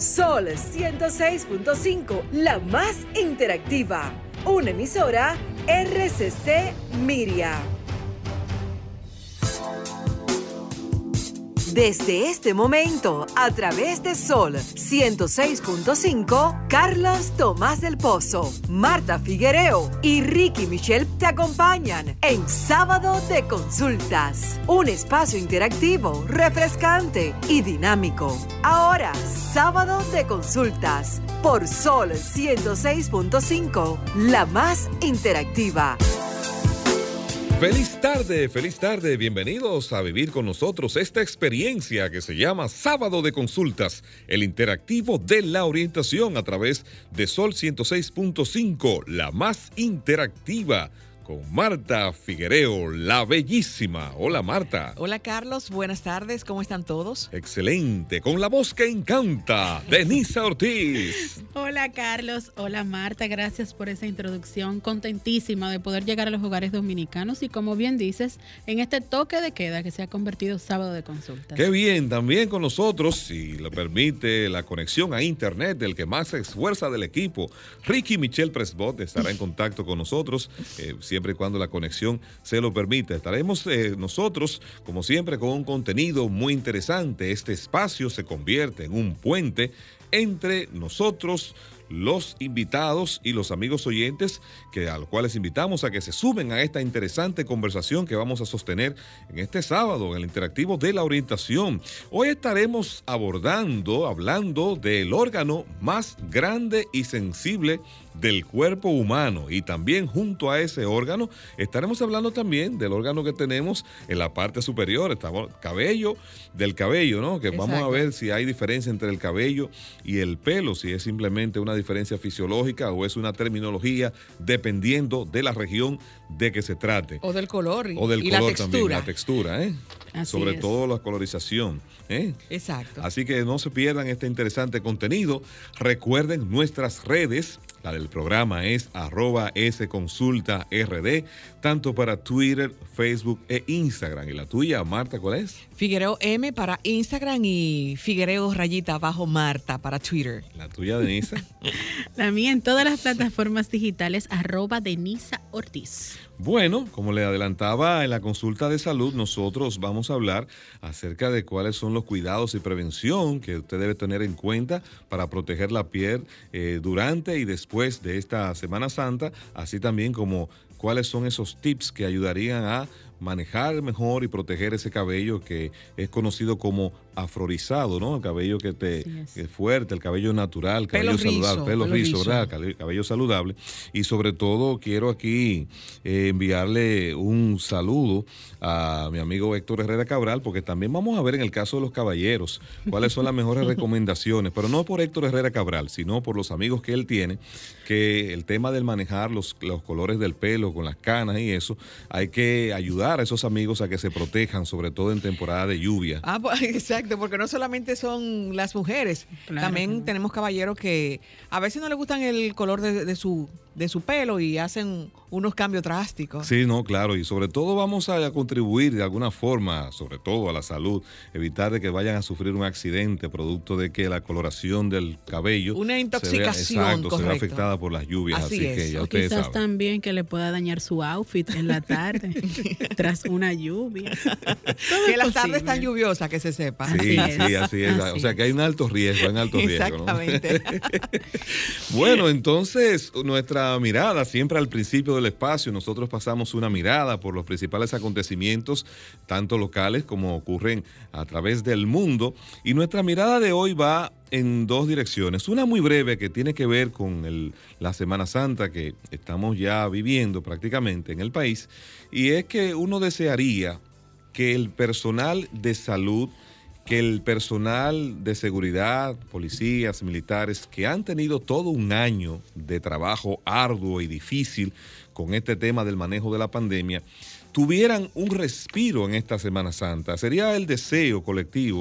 Sol 106.5, la más interactiva. Una emisora RCC Miria. Desde este momento, a través de Sol 106.5, Carlos Tomás del Pozo, Marta Figuereo y Ricky Michelle te acompañan en Sábado de Consultas. Un espacio interactivo, refrescante y dinámico. Ahora, Sábado de Consultas, por Sol 106.5, la más interactiva. Feliz tarde, bienvenidos a vivir con nosotros esta experiencia que se llama Sábado de Consultas, el interactivo de la orientación a través de Sol 106.5, la más interactiva, con Marta Figuereo, la bellísima. Hola, Marta. Hola, Carlos, buenas tardes, ¿cómo están todos? Excelente, con la voz que encanta, Denisa Ortiz. Hola, Carlos, hola, Marta, gracias por esa introducción, contentísima de poder llegar a los hogares dominicanos y, como bien dices, en este toque de queda que se ha convertido Sábado de Consultas. Qué bien, también con nosotros, si lo permite la conexión a internet, del que más se esfuerza del equipo, Ricky Michelle Presbot estará en contacto con nosotros, siempre y cuando la conexión se lo permita. Estaremos nosotros, como siempre, con un contenido muy interesante. Este espacio se convierte en un puente entre nosotros, los invitados y los amigos oyentes, a los cuales invitamos a que se sumen a esta interesante conversación que vamos a sostener en este sábado en el interactivo de la orientación. Hoy estaremos hablando del órgano más grande y sensible del cuerpo humano, y también junto a ese órgano estaremos hablando también del órgano que tenemos en la parte superior, estamos del cabello, ¿no? Que Exacto. Vamos a ver si hay diferencia entre el cabello y el pelo, si es simplemente una diferencia fisiológica o es una terminología dependiendo de la región de que se trate. O del color y la textura. También, la textura, sobre todo la colorización. Exacto. Así que no se pierdan este interesante contenido. Recuerden nuestras redes. La del programa es @sconsultard, tanto para Twitter, Facebook e Instagram. ¿Y la tuya, Marta, cuál es? Figuereo M para Instagram y Figuereo _Marta para Twitter. ¿La tuya, Denisa? La mía en todas las plataformas digitales, @Denisa Ortiz. Bueno, como le adelantaba en la consulta de salud, nosotros vamos a hablar acerca de cuáles son los cuidados y prevención que usted debe tener en cuenta para proteger la piel durante y después de esta Semana Santa, así también como cuáles son esos tips que ayudarían a manejar mejor y proteger ese cabello que es conocido como afrorizado, ¿no? El cabello que es fuerte, el cabello natural, cabello saludable, pelo rizo, ¿verdad? Cabello saludable. Y sobre todo quiero aquí enviarle un saludo a mi amigo Héctor Herrera Cabral, porque también vamos a ver en el caso de los caballeros cuáles son las mejores recomendaciones, pero no por Héctor Herrera Cabral, sino por los amigos que él tiene, que el tema del manejar los colores del pelo con las canas y eso, hay que ayudar a esos amigos a que se protejan, sobre todo en temporada de lluvia. Pues, exacto, porque no solamente son las mujeres, también tenemos caballeros que a veces no les gustan el color de su pelo y hacen unos cambios drásticos. Sí, no, claro, y sobre todo vamos a contribuir de alguna forma, sobre todo a la salud, evitar de que vayan a sufrir un accidente producto de que la coloración del cabello, una intoxicación, se ve afectada por las lluvias, así que ya ustedes quizás saben. También que le pueda dañar su outfit en la tarde tras una lluvia. Que las tardes están lluviosas, que se sepa. Sí, así es. O sea que hay un alto riesgo, Exactamente. ¿no? Bueno, entonces nuestra mirada, siempre al principio del espacio, nosotros pasamos una mirada por los principales acontecimientos, tanto locales como ocurren a través del mundo, y nuestra mirada de hoy va en dos direcciones. Una muy breve que tiene que ver con la Semana Santa que estamos ya viviendo prácticamente en el país, y es que uno desearía que el personal de salud, que el personal de seguridad, policías, militares, que han tenido todo un año de trabajo arduo y difícil con este tema del manejo de la pandemia, tuvieran un respiro en esta Semana Santa. Sería el deseo colectivo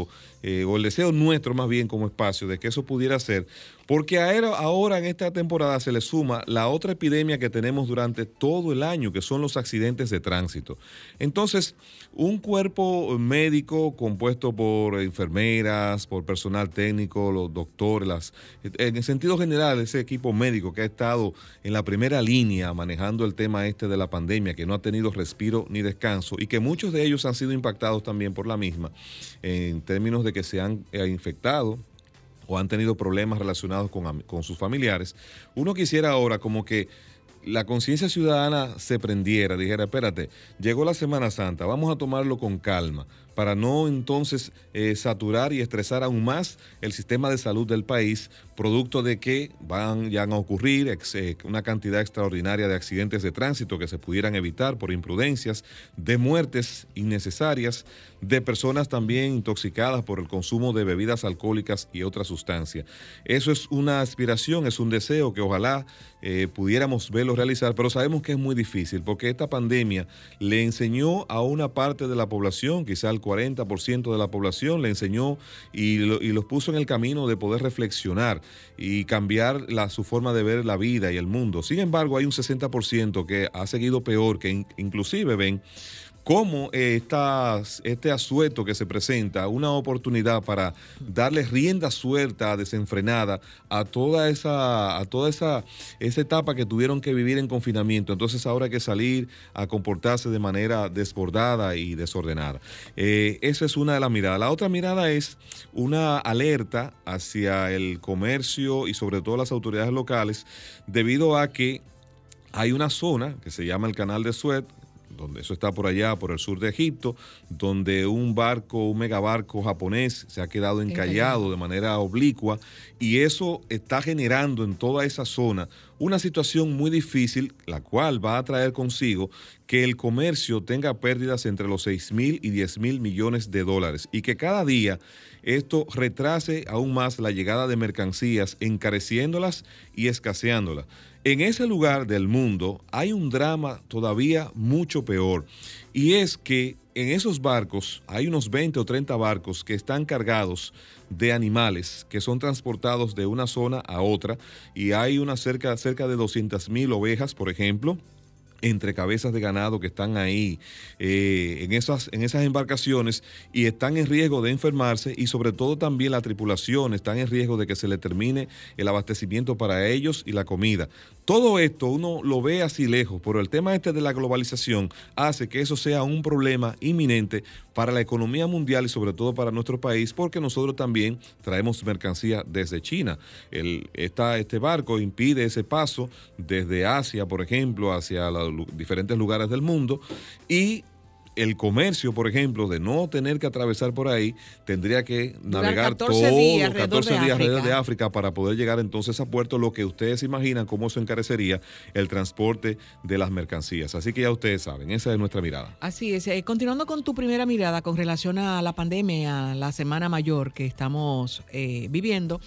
o el deseo nuestro más bien como espacio de que eso pudiera ser, porque ahora en esta temporada se le suma la otra epidemia que tenemos durante todo el año, que son los accidentes de tránsito. Entonces, un cuerpo médico compuesto por enfermeras, por personal técnico, los doctores, en el sentido general, ese equipo médico que ha estado en la primera línea manejando el tema de la pandemia, que no ha tenido respiro ni descanso y que muchos de ellos han sido impactados también por la misma, en términos de que se han infectado o han tenido problemas relacionados con sus familiares. Uno quisiera ahora como que la conciencia ciudadana se prendiera, dijera, espérate, llegó la Semana Santa, vamos a tomarlo con calma, para no entonces saturar y estresar aún más el sistema de salud del país, producto de que van a ocurrir una cantidad extraordinaria de accidentes de tránsito que se pudieran evitar por imprudencias, de muertes innecesarias, de personas también intoxicadas por el consumo de bebidas alcohólicas y otras sustancias. Eso es una aspiración, es un deseo que ojalá pudiéramos verlo realizar, pero sabemos que es muy difícil porque esta pandemia le enseñó a una parte de la población, quizá al 40% de la población, le enseñó y los puso en el camino de poder reflexionar y cambiar su forma de ver la vida y el mundo. Sin embargo, hay un 60% que ha seguido peor, que inclusive ven cómo este asueto que se presenta, una oportunidad para darle rienda suelta, desenfrenada a toda esa etapa que tuvieron que vivir en confinamiento. Entonces ahora hay que salir a comportarse de manera desbordada y desordenada. Esa es una de las miradas. La otra mirada es una alerta hacia el comercio y sobre todo las autoridades locales, debido a que hay una zona que se llama el Canal de Suez, donde eso está por allá, por el sur de Egipto, donde un megabarco japonés se ha quedado encallado de manera oblicua, y eso está generando en toda esa zona una situación muy difícil, la cual va a traer consigo que el comercio tenga pérdidas entre los 6.000 y 10.000 millones de dólares, y que cada día esto retrase aún más la llegada de mercancías, encareciéndolas y escaseándolas. En ese lugar del mundo hay un drama todavía mucho peor, y es que en esos barcos hay unos 20 o 30 barcos que están cargados de animales que son transportados de una zona a otra, y hay cerca de 200.000 ovejas, por ejemplo, entre cabezas de ganado que están ahí en esas embarcaciones, y están en riesgo de enfermarse, y sobre todo también la tripulación están en riesgo de que se le termine el abastecimiento para ellos y la comida. Todo esto uno lo ve así lejos, pero el tema de la globalización hace que eso sea un problema inminente para la economía mundial y sobre todo para nuestro país, porque nosotros también traemos mercancía desde China. Este barco impide ese paso desde Asia, por ejemplo, hacia los diferentes lugares del mundo, y el comercio, por ejemplo, de no tener que atravesar por ahí, tendría que navegar 14 días alrededor de África para poder llegar entonces a puerto, lo que ustedes imaginan cómo eso encarecería el transporte de las mercancías. Así que ya ustedes saben, esa es nuestra mirada. Así es. Continuando con tu primera mirada con relación a la pandemia, a la Semana Mayor que estamos viviendo,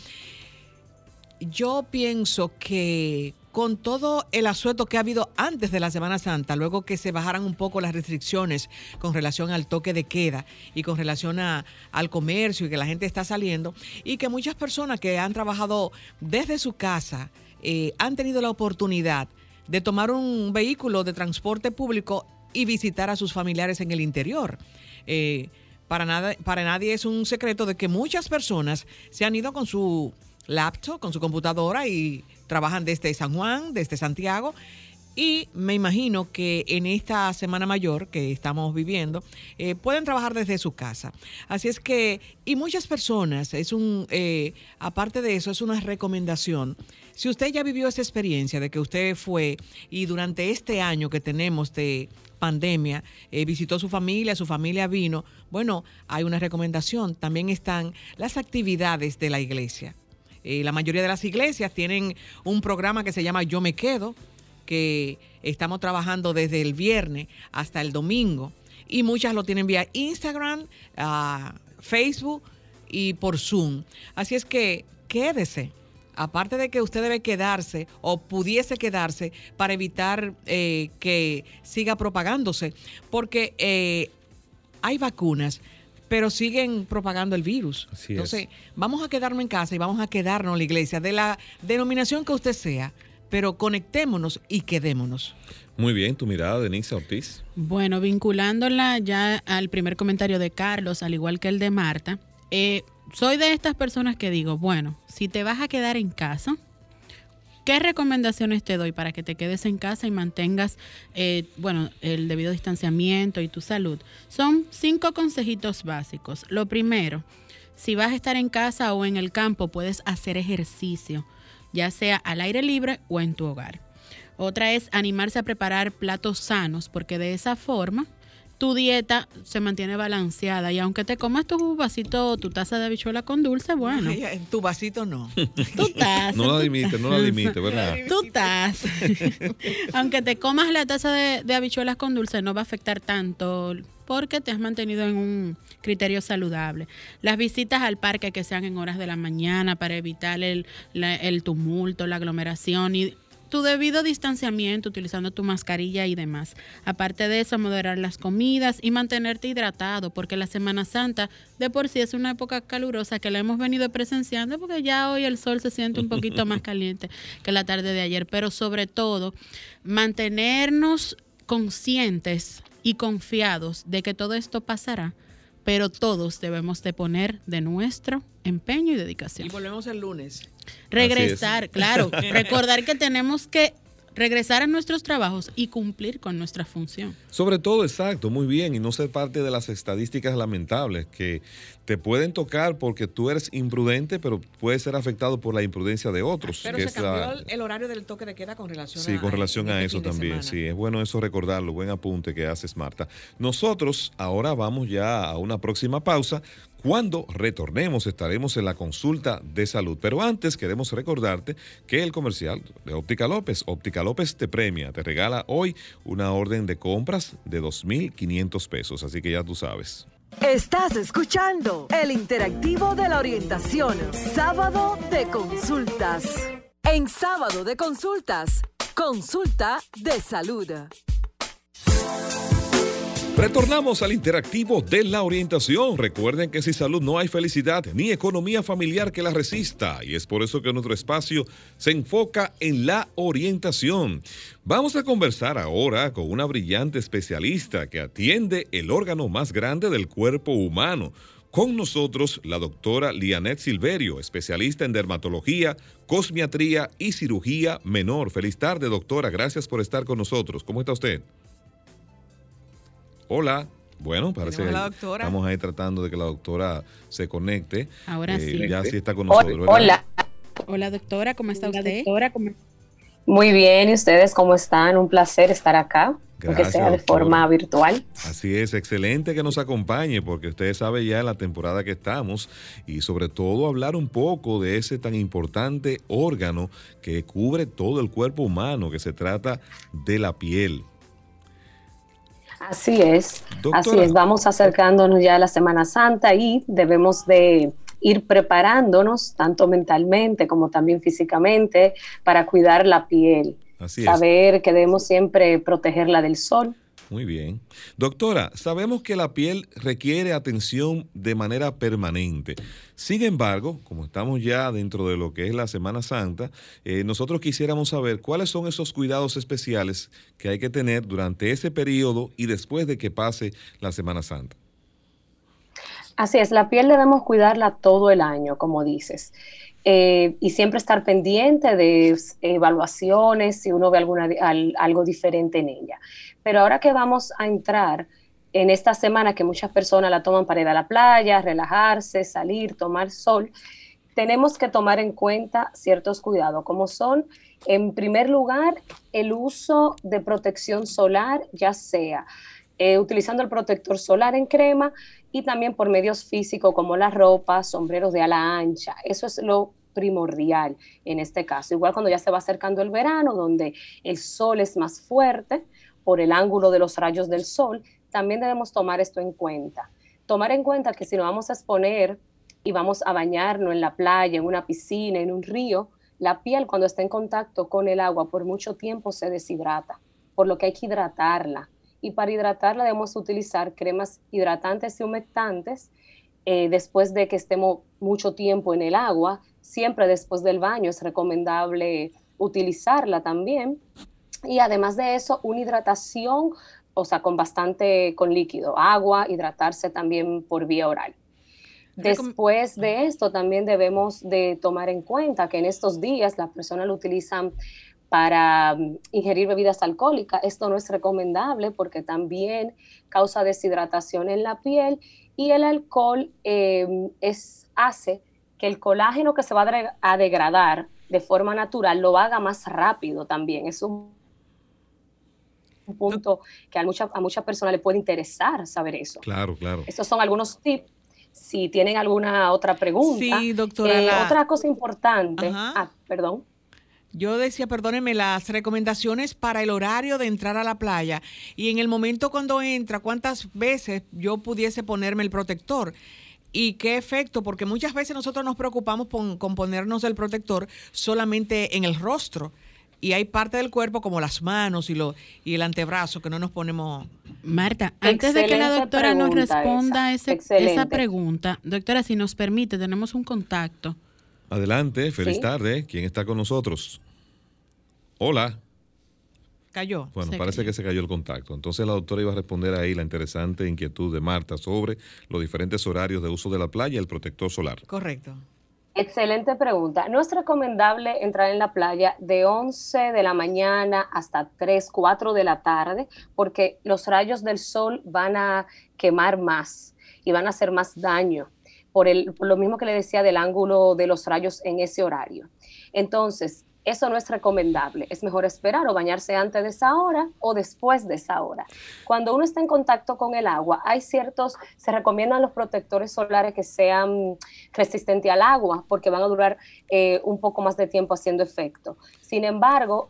yo pienso que con todo el asueto que ha habido antes de la Semana Santa, luego que se bajaran un poco las restricciones con relación al toque de queda y con relación al comercio, y que la gente está saliendo, y que muchas personas que han trabajado desde su casa han tenido la oportunidad de tomar un vehículo de transporte público y visitar a sus familiares en el interior. Para nadie es un secreto de que muchas personas se han ido con su laptop, con su computadora, y trabajan desde San Juan, desde Santiago, y me imagino que en esta Semana Mayor que estamos viviendo pueden trabajar desde su casa. Así es que, y muchas personas, aparte de eso, es una recomendación. Si usted ya vivió esa experiencia de que usted fue y durante este año que tenemos de pandemia visitó su familia vino, bueno, hay una recomendación. También están las actividades de la iglesia. La mayoría de las iglesias tienen un programa que se llama Yo Me Quedo, que estamos trabajando desde el viernes hasta el domingo, y muchas lo tienen vía Instagram, Facebook y por Zoom. Así es que quédese. Aparte de que usted debe quedarse o pudiese quedarse para evitar que siga propagándose, porque hay vacunas pero siguen propagando el virus. Así Entonces, es. vamos a quedarnos en casa y vamos a quedarnos en la iglesia, de la denominación que usted sea, pero conectémonos y quedémonos. Muy bien, tu mirada, Denise Ortiz. Bueno, vinculándola ya al primer comentario de Carlos, al igual que el de Marta, soy de estas personas que digo, bueno, si te vas a quedar en casa, ¿qué recomendaciones te doy para que te quedes en casa y mantengas, el debido distanciamiento y tu salud? Son 5 consejitos básicos. Lo primero, si vas a estar en casa o en el campo, puedes hacer ejercicio, ya sea al aire libre o en tu hogar. Otra es animarse a preparar platos sanos, porque de esa forma tu dieta se mantiene balanceada y aunque te comas tu vasito, tu taza de habichuela con dulce, bueno. Ay, en tu vasito no. Tu taza. No la limite, ¿verdad? Tu taza. Aunque te comas la taza de habichuelas con dulce, no va a afectar tanto porque te has mantenido en un criterio saludable. Las visitas al parque que sean en horas de la mañana para evitar el tumulto, la aglomeración y tu debido distanciamiento, utilizando tu mascarilla y demás. Aparte de eso, moderar las comidas y mantenerte hidratado, porque la Semana Santa de por sí es una época calurosa que la hemos venido presenciando, porque ya hoy el sol se siente un poquito más caliente que la tarde de ayer, pero sobre todo mantenernos conscientes y confiados de que todo esto pasará, pero todos debemos de poner de nuestro empeño y dedicación. Y volvemos el lunes. Regresar, claro, recordar que tenemos que regresar a nuestros trabajos y cumplir con nuestra función. Sobre todo, exacto, muy bien, y no ser parte de las estadísticas lamentables que te pueden tocar porque tú eres imprudente, pero puedes ser afectado por la imprudencia de otros. Pero que se cambió el horario del toque de queda con relación Sí, con relación a este eso fin de también, semana. sí, es bueno eso recordarlo, buen apunte que haces, Marta. Nosotros ahora vamos ya a una próxima pausa. Cuando retornemos estaremos en la consulta de salud, pero antes queremos recordarte que el comercial de Óptica López te premia, te regala hoy una orden de compras de 2.500 pesos, así que ya tú sabes. Estás escuchando el interactivo de la orientación, Sábado de Consultas. En Sábado de Consultas, consulta de salud. Retornamos al interactivo de la orientación. Recuerden que sin salud no hay felicidad ni economía familiar que la resista, y es por eso que nuestro espacio se enfoca en la orientación. Vamos a conversar ahora con una brillante especialista que atiende el órgano más grande del cuerpo humano. Con nosotros la doctora Lianet Silverio, especialista en dermatología, cosmiatría y cirugía menor. Feliz tarde, doctora. Gracias por estar con nosotros. ¿Cómo está usted? Hola. Bueno, parece que estamos ahí tratando de que la doctora se conecte. Ahora sí. Ya sí está con nosotros, ¿verdad? Hola. Hola, doctora, ¿cómo está usted? Muy bien, ¿y ustedes cómo están? Un placer estar acá, Gracias, aunque sea de doctora. forma virtual. Así es, excelente que nos acompañe, porque usted sabe ya en la temporada que estamos, y sobre todo hablar un poco de ese tan importante órgano que cubre todo el cuerpo humano, que se trata de la piel. Así es, Doctora. así es. Vamos acercándonos ya a la Semana Santa y debemos de ir preparándonos tanto mentalmente como también físicamente para cuidar la piel. Así es. Saber que debemos siempre protegerla del sol. Muy bien. Doctora, sabemos que la piel requiere atención de manera permanente. Sin embargo, como estamos ya dentro de lo que es la Semana Santa, nosotros quisiéramos saber cuáles son esos cuidados especiales que hay que tener durante ese periodo y después de que pase la Semana Santa. Así es, la piel debemos cuidarla todo el año, como dices. Y siempre estar pendiente de evaluaciones si uno ve algo diferente en ella. Pero ahora que vamos a entrar en esta semana que muchas personas la toman para ir a la playa, relajarse, salir, tomar sol, tenemos que tomar en cuenta ciertos cuidados, como son, en primer lugar, el uso de protección solar, ya sea utilizando el protector solar en crema y también por medios físicos como la ropa, sombreros de ala ancha. Eso es lo primordial en este caso. Igual cuando ya se va acercando el verano, donde el sol es más fuerte por el ángulo de los rayos del sol, también debemos tomar esto en cuenta. Tomar en cuenta que si nos vamos a exponer y vamos a bañarnos en la playa, en una piscina, en un río, la piel cuando está en contacto con el agua por mucho tiempo se deshidrata, por lo que hay que hidratarla y para hidratarla debemos utilizar cremas hidratantes y humectantes después de que estemos mucho tiempo en el agua. Siempre después del baño es recomendable utilizarla también. Y además de eso, una hidratación, o sea, con líquido, agua, hidratarse también por vía oral. Después de esto, también debemos de tomar en cuenta que en estos días las personas lo utilizan para ingerir bebidas alcohólicas. Esto no es recomendable porque también causa deshidratación en la piel y el alcohol hace que el colágeno que se va a degradar de forma natural lo haga más rápido también. Es un punto que a muchas personas le puede interesar saber eso. Claro, claro. Estos son algunos tips. Si tienen alguna otra pregunta. Sí, doctora. Otra cosa importante. Perdón. Yo decía, perdónenme, las recomendaciones para el horario de entrar a la playa y en el momento cuando entra, cuántas veces yo pudiese ponerme el protector y qué efecto, porque muchas veces nosotros nos preocupamos con ponernos el protector solamente en el rostro y hay parte del cuerpo como las manos y el antebrazo que no nos ponemos. Marta, antes de que la doctora nos responda esa pregunta, doctora, si nos permite, tenemos un contacto. Adelante, feliz tarde. ¿Quién está con nosotros? Hola. Cayó. Bueno, parece que se cayó el contacto. Entonces la doctora iba a responder ahí la interesante inquietud de Marta sobre los diferentes horarios de uso de la playa y el protector solar. Correcto. Excelente pregunta. No es recomendable entrar en la playa de 11 de la mañana hasta 3, 4 de la tarde porque los rayos del sol van a quemar más y van a hacer más daño por lo mismo que le decía del ángulo de los rayos en ese horario. Entonces, eso no es recomendable. Es mejor esperar o bañarse antes de esa hora o después de esa hora. Cuando uno está en contacto con el agua, se recomiendan los protectores solares que sean resistentes al agua porque van a durar un poco más de tiempo haciendo efecto. Sin embargo,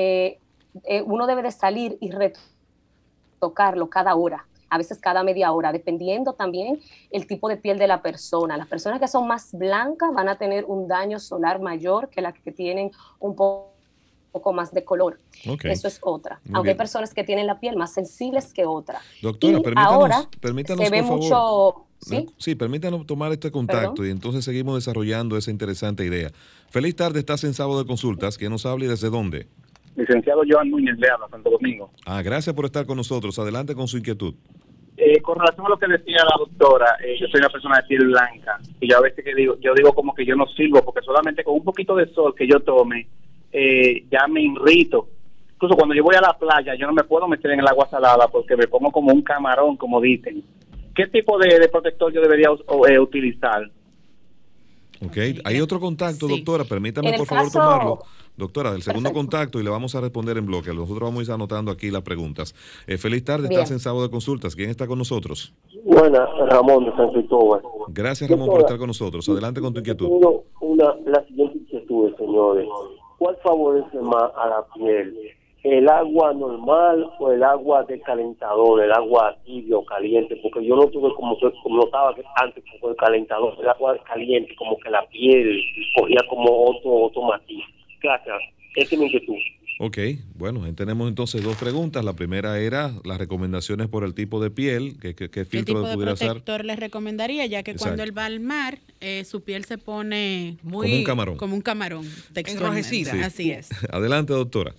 uno debe de salir y retocarlo cada hora. A veces cada media hora, dependiendo también el tipo de piel de la persona. Las personas que son más blancas van a tener un daño solar mayor que las que tienen un poco más de color. Okay. Eso es otra. Aunque hay personas que tienen la piel más sensibles que otra. Doctora, permítanos se ve por mucho, favor. ¿sí? Sí, permítanos tomar este contacto. ¿Perdón? Y entonces seguimos desarrollando esa interesante idea. Feliz tarde, estás en Sábado de Consultas. ¿Quién nos habla y desde dónde? Licenciado Joan Núñez de Habla, Santo Domingo. Gracias por estar con nosotros. Adelante con su inquietud. Con relación a lo que decía la doctora, yo soy una persona de piel blanca y yo a veces yo digo como que yo no sirvo porque solamente con un poquito de sol que yo tome ya me irrito. Incluso cuando yo voy a la playa yo no me puedo meter en el agua salada porque me pongo como un camarón, como dicen. ¿Qué tipo de protector yo debería utilizar? Ok, hay otro contacto, doctora, permítame por favor tomarlo. Doctora, del segundo contacto y le vamos a responder en bloque. Nosotros vamos a ir anotando aquí las preguntas. Feliz tarde, estás en Sábado de Consultas. ¿Quién está con nosotros? Buenas, Ramón de San Cristóbal. Gracias, Ramón, por estar con nosotros. Adelante con tu inquietud. La siguiente inquietud, señores. ¿Cuál favorece más a la piel? ¿El agua normal o el agua de calentador, el agua tibio o caliente? Porque yo no tuve como notaba que antes con el calentador, el agua caliente, como que la piel cogía como otro matiz. Gracias. Esa es mi inquietud. Ok, bueno, tenemos entonces dos preguntas. La primera era las recomendaciones por el tipo de piel, ¿qué filtro pudiera usar? ¿Qué protector les recomendaría? Ya que Exacto. Cuando él va al mar, su piel se pone muy... Como un camarón. Como un camarón. Enrojecida. Sí. Así es. Adelante, doctora.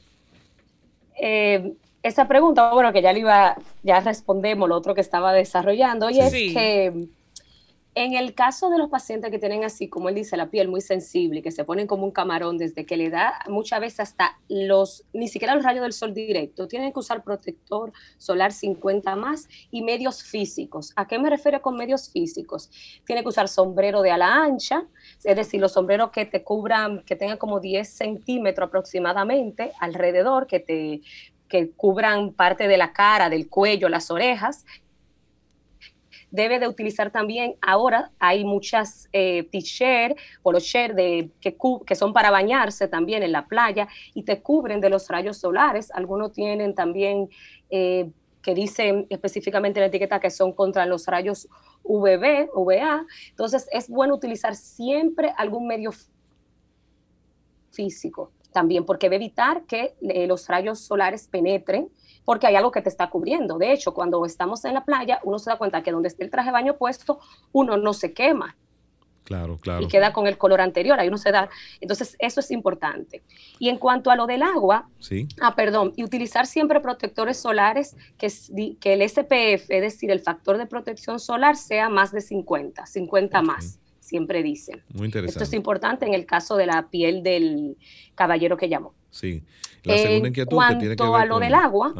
Esa pregunta, bueno, que ya respondemos lo otro que estaba desarrollando, y es que en el caso de los pacientes que tienen así, como él dice, la piel muy sensible, que se ponen como un camarón desde que le da muchas veces hasta ni siquiera los rayos del sol directo, tienen que usar protector solar 50 más y medios físicos. ¿A qué me refiero con medios físicos? Tiene que usar sombrero de ala ancha, es decir, los sombreros que te cubran, que tengan como 10 centímetros aproximadamente alrededor, que cubran parte de la cara, del cuello, las orejas. Debe de utilizar también, ahora hay muchas t-shirts, polo-shirts que son para bañarse también en la playa y te cubren de los rayos solares. Algunos tienen también que dicen específicamente en la etiqueta que son contra los rayos UVB, UVA. Entonces es bueno utilizar siempre algún medio físico. también, porque va a evitar que los rayos solares penetren, porque hay algo que te está cubriendo. De hecho, cuando estamos en la playa, uno se da cuenta que donde esté el traje de baño puesto, uno no se quema. Claro, claro. Y queda con el color anterior, ahí uno se da. Entonces, eso es importante. Y en cuanto a lo del agua, sí. Y utilizar siempre protectores solares que el SPF, es decir, el factor de protección solar, sea más de 50 más, siempre dicen. Muy interesante. Esto es importante en el caso de la piel del caballero que llamó. Sí. La segunda inquietud que tiene que ver cuanto a lo del agua,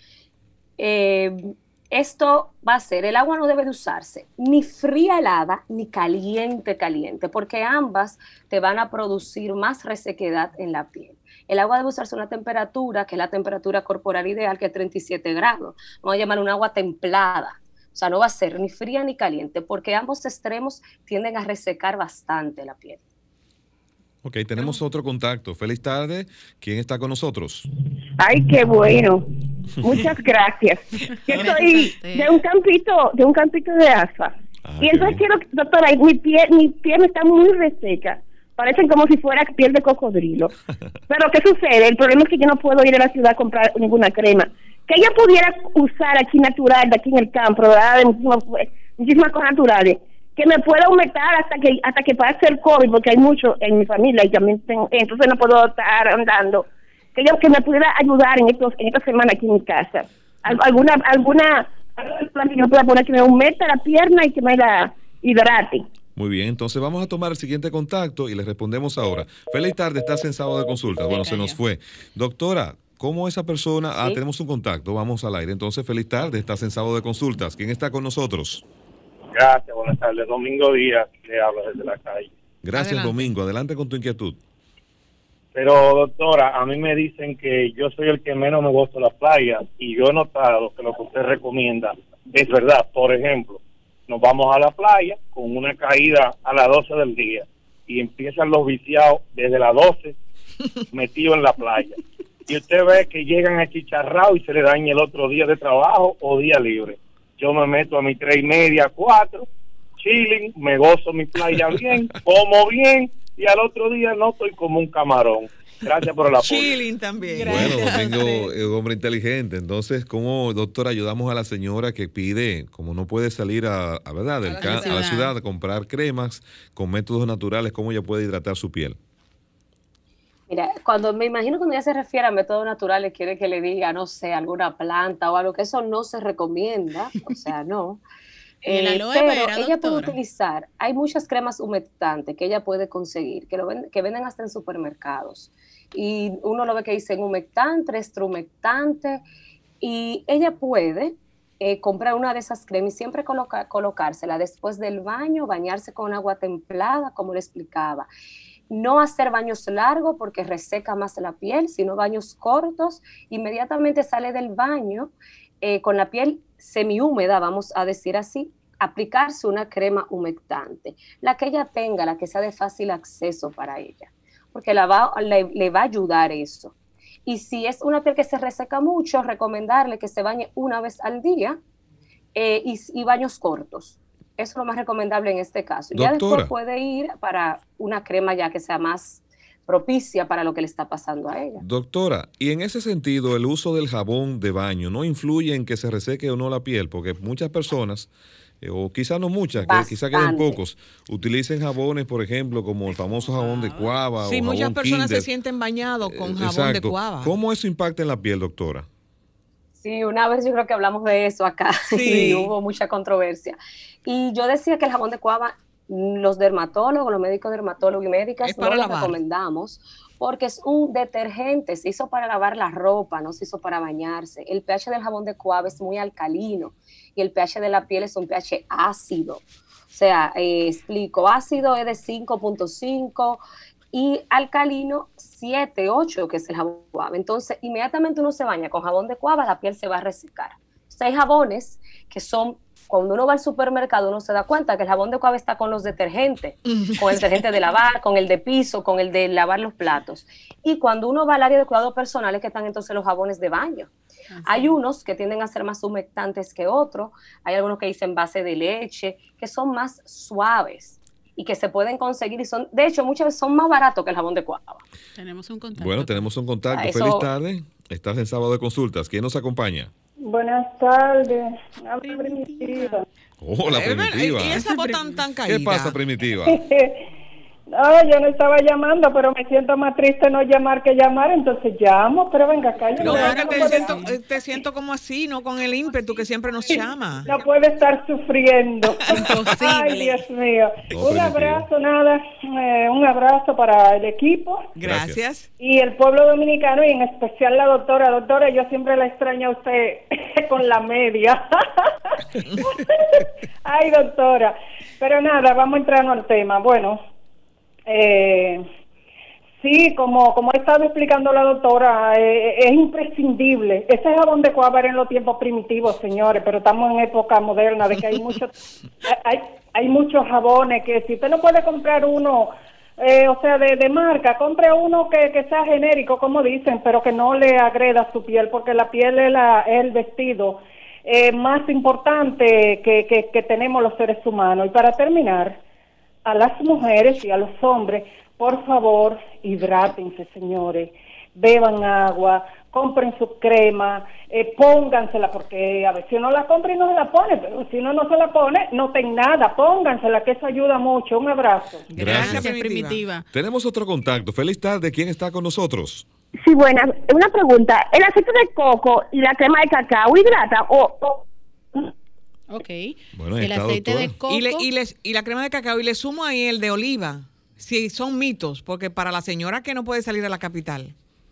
esto va a ser, el agua no debe de usarse ni fría helada ni caliente caliente, porque ambas te van a producir más resequedad en la piel. El agua debe usarse a una temperatura, que es la temperatura corporal ideal, que es 37 grados. Vamos a llamar un agua templada. O sea, no va a ser ni fría ni caliente, porque ambos extremos tienden a resecar bastante la piel. Ok, tenemos otro contacto. Feliz tarde. ¿Quién está con nosotros? Ay, qué bueno. Muchas gracias. Yo soy de un campito de asfa. Y entonces quiero, doctora, mi piel está muy reseca. Parecen como si fuera piel de cocodrilo. Pero ¿qué sucede? El problema es que yo no puedo ir a la ciudad a comprar ninguna crema. Que ella pudiera usar aquí natural, de aquí en el campo, ¿verdad? De muchísimas cosas naturales. Que me pueda humectar hasta que pase el COVID, porque hay mucho en mi familia y también entonces no puedo estar andando. Que me pudiera ayudar en esta semana aquí en mi casa. Alguna planta que yo pueda poner que me humecte la pierna y que me la hidrate. Muy bien, entonces vamos a tomar el siguiente contacto y le respondemos ahora. Feliz tarde, estás en Sábado de Consulta. Bueno, se nos fue. Doctora, ¿cómo esa persona? ¿Sí? Tenemos un contacto, vamos al aire. Entonces, feliz tarde, estás en Sábado de Consultas. ¿Quién está con nosotros? Gracias, buenas tardes. Domingo Díaz le habla desde la calle. Gracias, Adelante. Domingo. Adelante con tu inquietud. Pero, doctora, a mí me dicen que yo soy el que menos me gozo las playas y yo he notado que lo que usted recomienda es verdad. Por ejemplo, nos vamos a la playa con una caída a las 12 del día y empiezan los viciados desde las 12 metidos en la playa. Y usted ve que llegan achicharrados y se le daña el otro día de trabajo o día libre. Yo me meto a mis 3:30, 4, chilling, me gozo mi playa bien, como bien, y al otro día no estoy como un camarón. Gracias por el apoyo. Chilling también. Bueno, Domingo es un hombre inteligente. Entonces, ¿cómo, doctora, ayudamos a la señora que pide, como no puede salir a la ciudad a comprar cremas con métodos naturales, cómo ella puede hidratar su piel? Mira, me imagino cuando ella se refiere a métodos naturales, quiere que le diga, no sé, alguna planta o algo, que eso no se recomienda, o sea, no. El aloe Pero vera, ella puede doctora. utilizar, hay muchas cremas humectantes que ella puede conseguir, que venden hasta en supermercados. Y uno lo ve que dicen humectante, extrahumectante, y ella puede comprar una de esas cremas y siempre colocársela después del baño, bañarse con agua templada, como le explicaba. No hacer baños largos porque reseca más la piel, sino baños cortos. Inmediatamente sale del baño con la piel semihúmeda, vamos a decir así, aplicarse una crema humectante, la que ella tenga, la que sea de fácil acceso para ella, porque le va a ayudar eso. Y si es una piel que se reseca mucho, recomendarle que se bañe una vez al día y baños cortos. Eso es lo más recomendable en este caso. Doctora. Ya después puede ir para una crema ya que sea más propicia para lo que le está pasando a ella. Doctora, y en ese sentido, el uso del jabón de baño no influye en que se reseque o no la piel, porque muchas personas, o quizás no muchas, que quizás queden pocos, utilicen jabones, por ejemplo, como el famoso jabón de cuava. Sí, o muchas jabón personas Kinder. se sienten bañados con jabón Exacto. de cuava. ¿Cómo eso impacta en la piel, doctora? Sí, una vez yo creo que hablamos de eso acá Sí. y hubo mucha controversia. Y yo decía que el jabón de cuava, los dermatólogos, los médicos dermatólogos y médicas Es para no lo lavar. recomendamos porque es un detergente, se hizo para lavar la ropa, no se hizo para bañarse. El pH del jabón de cuava es muy alcalino y el pH de la piel es un pH ácido. O sea, explico, ácido es de 5.5 y alcalino 7, 8, que es el jabón de cuava. Entonces, inmediatamente uno se baña con jabón de cuava, la piel se va a resecar. Entonces, hay jabones que son, cuando uno va al supermercado, uno se da cuenta que el jabón de cuava está con los detergentes, con el detergente de lavar, con el de piso, con el de lavar los platos. Y cuando uno va al área de cuidados personales, que están entonces los jabones de baño. Hay unos que tienden a ser más humectantes que otros, hay algunos que dicen base de leche, que son más suaves. y que se pueden conseguir y son, de hecho, muchas veces son más baratos que el jabón de cuava. Tenemos un contacto. Bueno, tenemos un contacto. Eso... Feliz tarde. Estás en Sábado de Consultas. ¿Quién nos acompaña? Buenas tardes. Habla Primitiva. Hola, Primitiva. ¿Y esa voz tan caída? ¿Qué pasa, Primitiva? No, yo no estaba llamando, pero me siento más triste no llamar que llamar, entonces llamo, pero venga acá. No, te siento como así, no con el ímpetu que siempre nos llama. No puede estar sufriendo. Imposible. Ay, Dios mío. No, un abrazo, un abrazo para el equipo. Gracias. Y el pueblo dominicano, y en especial la doctora. Doctora, yo siempre la extraño a usted con la media. Ay, doctora. Pero nada, vamos entrando al tema. Bueno, sí, como ha estado explicando la doctora, es imprescindible. Ese jabón de cuava era en los tiempos primitivos, señores, pero estamos en época moderna de que hay muchos jabones que si usted no puede comprar uno, o sea, de marca, compre uno que sea genérico, como dicen, pero que no le agreda su piel, porque la piel es el vestido más importante que tenemos los seres humanos. Y para terminar, a las mujeres y a los hombres, por favor, hidrátense, señores, beban agua, compren su crema, póngansela, porque a veces uno la compra y no se la pone, pero si uno no se la pone, no ten nada, póngansela, que eso ayuda mucho. Un abrazo. Gracias, Primitiva. Tenemos otro contacto. Feliz tarde. ¿Quién está con nosotros? Sí, buena. Una pregunta. ¿El aceite de coco y la crema de cacao hidrata o... Ok. Bueno, el aceite doctora. de coco. Y la crema de cacao, y le sumo ahí el de oliva. Sí, son mitos, porque para la señora que no puede salir de la capital.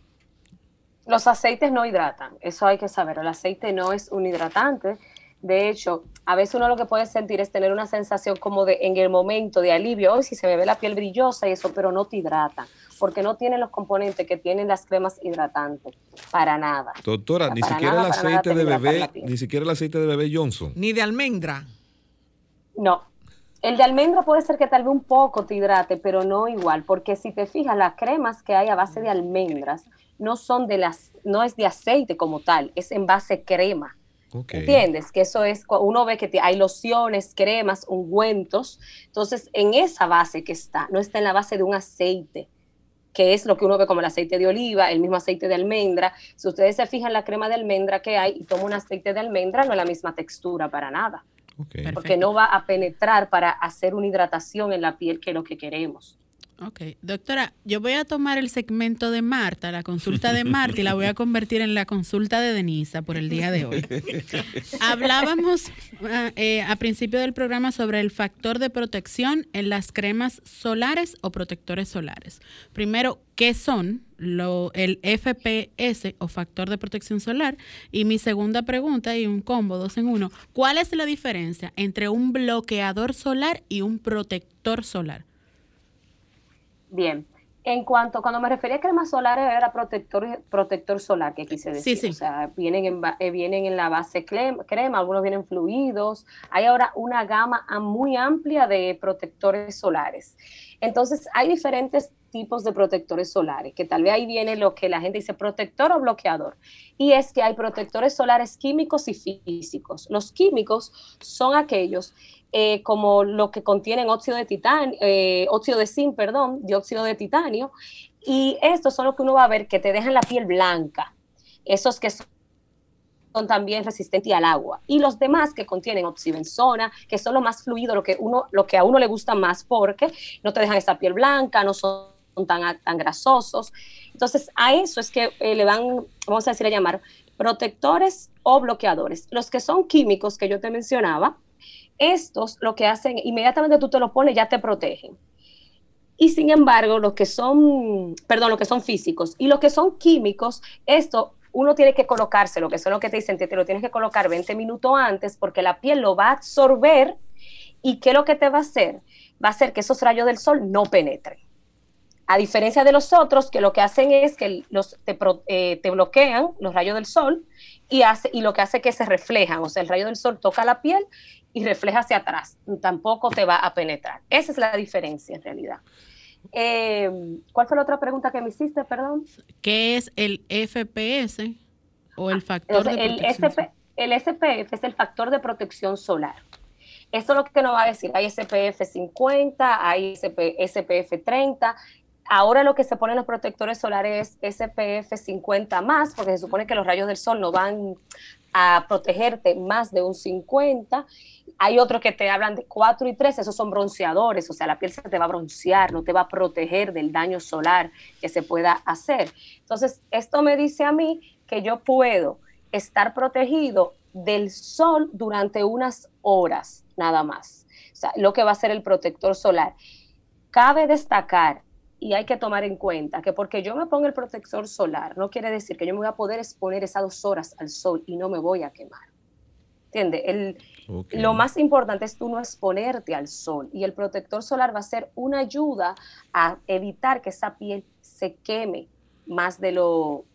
Los aceites no hidratan, eso hay que saber. El aceite no es un hidratante. De hecho, a veces uno lo que puede sentir es tener una sensación como de en el momento de alivio, hoy si se me ve la piel brillosa y eso, pero no te hidrata, porque no tienen los componentes que tienen las cremas hidratantes, para nada. Doctora, ni siquiera el aceite de bebé, ni siquiera el aceite de bebé Johnson. Ni de almendra. No. El de almendra puede ser que tal vez un poco te hidrate, pero no igual, porque si te fijas, las cremas que hay a base de almendras no es de aceite como tal, es en base crema. Okay. ¿Entiendes? Que eso es, uno ve que hay lociones, cremas, ungüentos, entonces en esa base que está, no está en la base de un aceite, que es lo que uno ve como el aceite de oliva, el mismo aceite de almendra. Si ustedes se fijan la crema de almendra que hay y toma un aceite de almendra, no es la misma textura para nada. Okay. Porque no va a penetrar para hacer una hidratación en la piel, que es lo que queremos. Ok, doctora, yo voy a tomar el segmento de Marta, la consulta de Marta, y la voy a convertir en la consulta de Denisa por el día de hoy. Hablábamos a principio del programa sobre el factor de protección en las cremas solares o protectores solares. Primero, ¿qué son el FPS o factor de protección solar? Y mi segunda pregunta, y un combo 2 en 1, ¿cuál es la diferencia entre un bloqueador solar y un protector solar? Bien, cuando me refería a cremas solares era protector solar, que quise decir. Sí. O sea, vienen en la base crema, algunos vienen fluidos. Hay ahora una gama muy amplia de protectores solares. Entonces, hay diferentes tipos de protectores solares, que tal vez ahí viene lo que la gente dice protector o bloqueador. Y es que hay protectores solares químicos y físicos. Los químicos son aquellos como los que contienen óxido de zinc, dióxido de titanio, y estos son los que uno va a ver que te dejan la piel blanca, esos que son también resistentes al agua, y los demás que contienen oxibenzona, que son lo más fluido, lo que a uno le gusta más, porque no te dejan esa piel blanca, no son tan grasosos. Entonces a eso es que le van, vamos a decir, a llamar protectores o bloqueadores. Los que son químicos que yo te mencionaba, estos lo que hacen, inmediatamente tú te los pones, ya te protegen. Y sin embargo, los que son físicos y los que son químicos, esto uno tiene que colocarse, lo que son los que te dicen, te lo tienes que colocar 20 minutos antes, porque la piel lo va a absorber. ¿Y qué es lo que te va a hacer? Va a hacer que esos rayos del sol no penetren. A diferencia de los otros, que lo que hacen es que te bloquean los rayos del sol y lo que hace es que se reflejan. O sea, el rayo del sol toca la piel y refleja hacia atrás. Tampoco te va a penetrar. Esa es la diferencia en realidad. ¿Cuál fue la otra pregunta que me hiciste, perdón? ¿Qué es el FPS o el factor de protección solar? El SPF es el factor de protección solar. Esto es lo que nos va a decir, hay SPF 50, hay SPF 30. Ahora lo que se pone en los protectores solares es SPF 50 más, porque se supone que los rayos del sol no van a protegerte más de un 50. Hay otros que te hablan de 4 y 3, esos son bronceadores, o sea, la piel se te va a broncear, no te va a proteger del daño solar que se pueda hacer. Entonces, esto me dice a mí que yo puedo estar protegido del sol durante unas horas, nada más. O sea, lo que va a ser el protector solar. Cabe destacar, y hay que tomar en cuenta, que porque yo me ponga el protector solar, no quiere decir que yo me voy a poder exponer esas 2 horas al sol y no me voy a quemar. ¿Entiendes? Lo más importante es tú no exponerte al sol, y el protector solar va a ser una ayuda a evitar que esa piel se queme más de lo...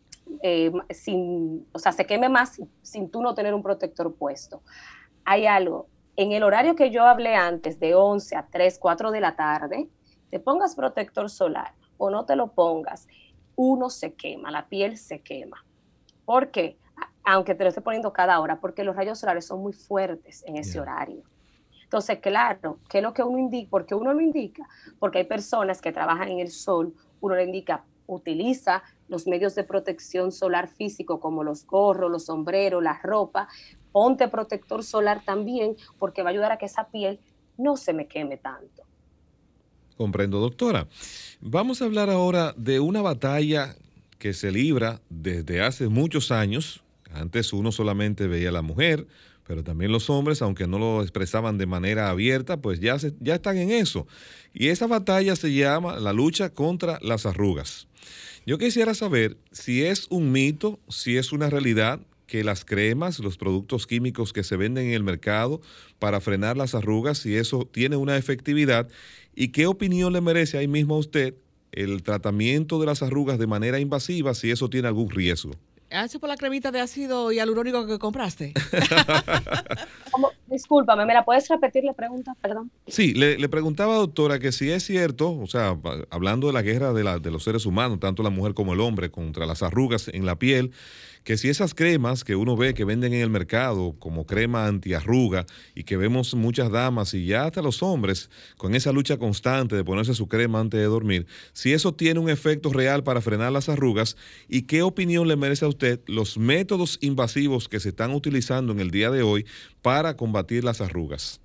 se queme más sin tú no tener un protector puesto. Hay algo, en el horario que yo hablé antes, de 11 a 3, 4 de la tarde, te pongas protector solar o no te lo pongas, uno se quema, la piel se quema. ¿Por qué? Aunque te lo esté poniendo cada hora, porque los rayos solares son muy fuertes en ese horario. Entonces, claro, ¿qué es lo que uno indica? ¿Por qué uno lo indica? Porque hay personas que trabajan en el sol, uno le indica, utiliza los medios de protección solar físico como los gorros, los sombreros, la ropa, ponte protector solar también, porque va a ayudar a que esa piel no se me queme tanto. Comprendo, doctora. Vamos a hablar ahora de una batalla que se libra desde hace muchos años. Antes uno solamente veía a la mujer, pero también los hombres, aunque no lo expresaban de manera abierta, pues ya están en eso. Y esa batalla se llama la lucha contra las arrugas. Yo quisiera saber si es un mito, si es una realidad, que las cremas, los productos químicos que se venden en el mercado para frenar las arrugas, si eso tiene una efectividad, y qué opinión le merece ahí mismo a usted el tratamiento de las arrugas de manera invasiva, si eso tiene algún riesgo. ¿Hace por la cremita de ácido hialurónico que compraste? Discúlpame, ¿me la puedes repetir la pregunta? Perdón. Sí, le preguntaba, doctora, que si es cierto, o sea, hablando de la guerra de los seres humanos, tanto la mujer como el hombre, contra las arrugas en la piel, que si esas cremas que uno ve que venden en el mercado como crema antiarruga y que vemos muchas damas y ya hasta los hombres con esa lucha constante de ponerse su crema antes de dormir, si eso tiene un efecto real para frenar las arrugas, y qué opinión le merece a usted los métodos invasivos que se están utilizando en el día de hoy para combatir las arrugas.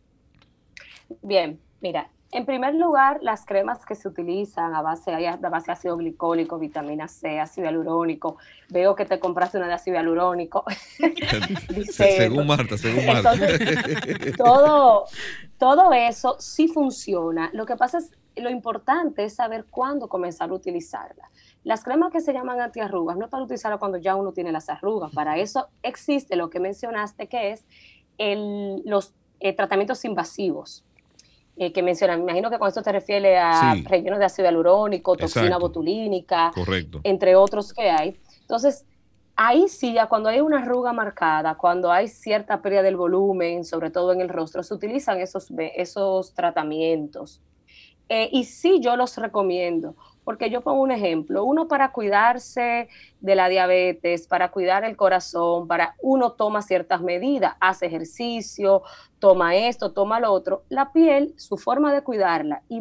Bien, mira, en primer lugar, las cremas que se utilizan a base de ácido glicólico, vitamina C, ácido hialurónico. Veo que te compraste una de ácido hialurónico. Según Marta. Entonces, todo eso sí funciona. Lo que pasa es, lo importante es saber cuándo comenzar a utilizarla. Las cremas que se llaman antiarrugas no es para utilizarla cuando ya uno tiene las arrugas. Para eso existe lo que mencionaste, que es los tratamientos invasivos. Que mencionan, me imagino que con esto te refieres a rellenos de ácido hialurónico, toxina botulínica, correcto, entre otros que hay. Entonces, ahí sí, ya cuando hay una arruga marcada, cuando hay cierta pérdida del volumen, sobre todo en el rostro, se utilizan esos tratamientos. Y sí, yo los recomiendo, porque yo pongo un ejemplo, uno para cuidarse de la diabetes, para cuidar el corazón, uno toma ciertas medidas, hace ejercicio, toma esto, toma lo otro. La piel, su forma de cuidarla y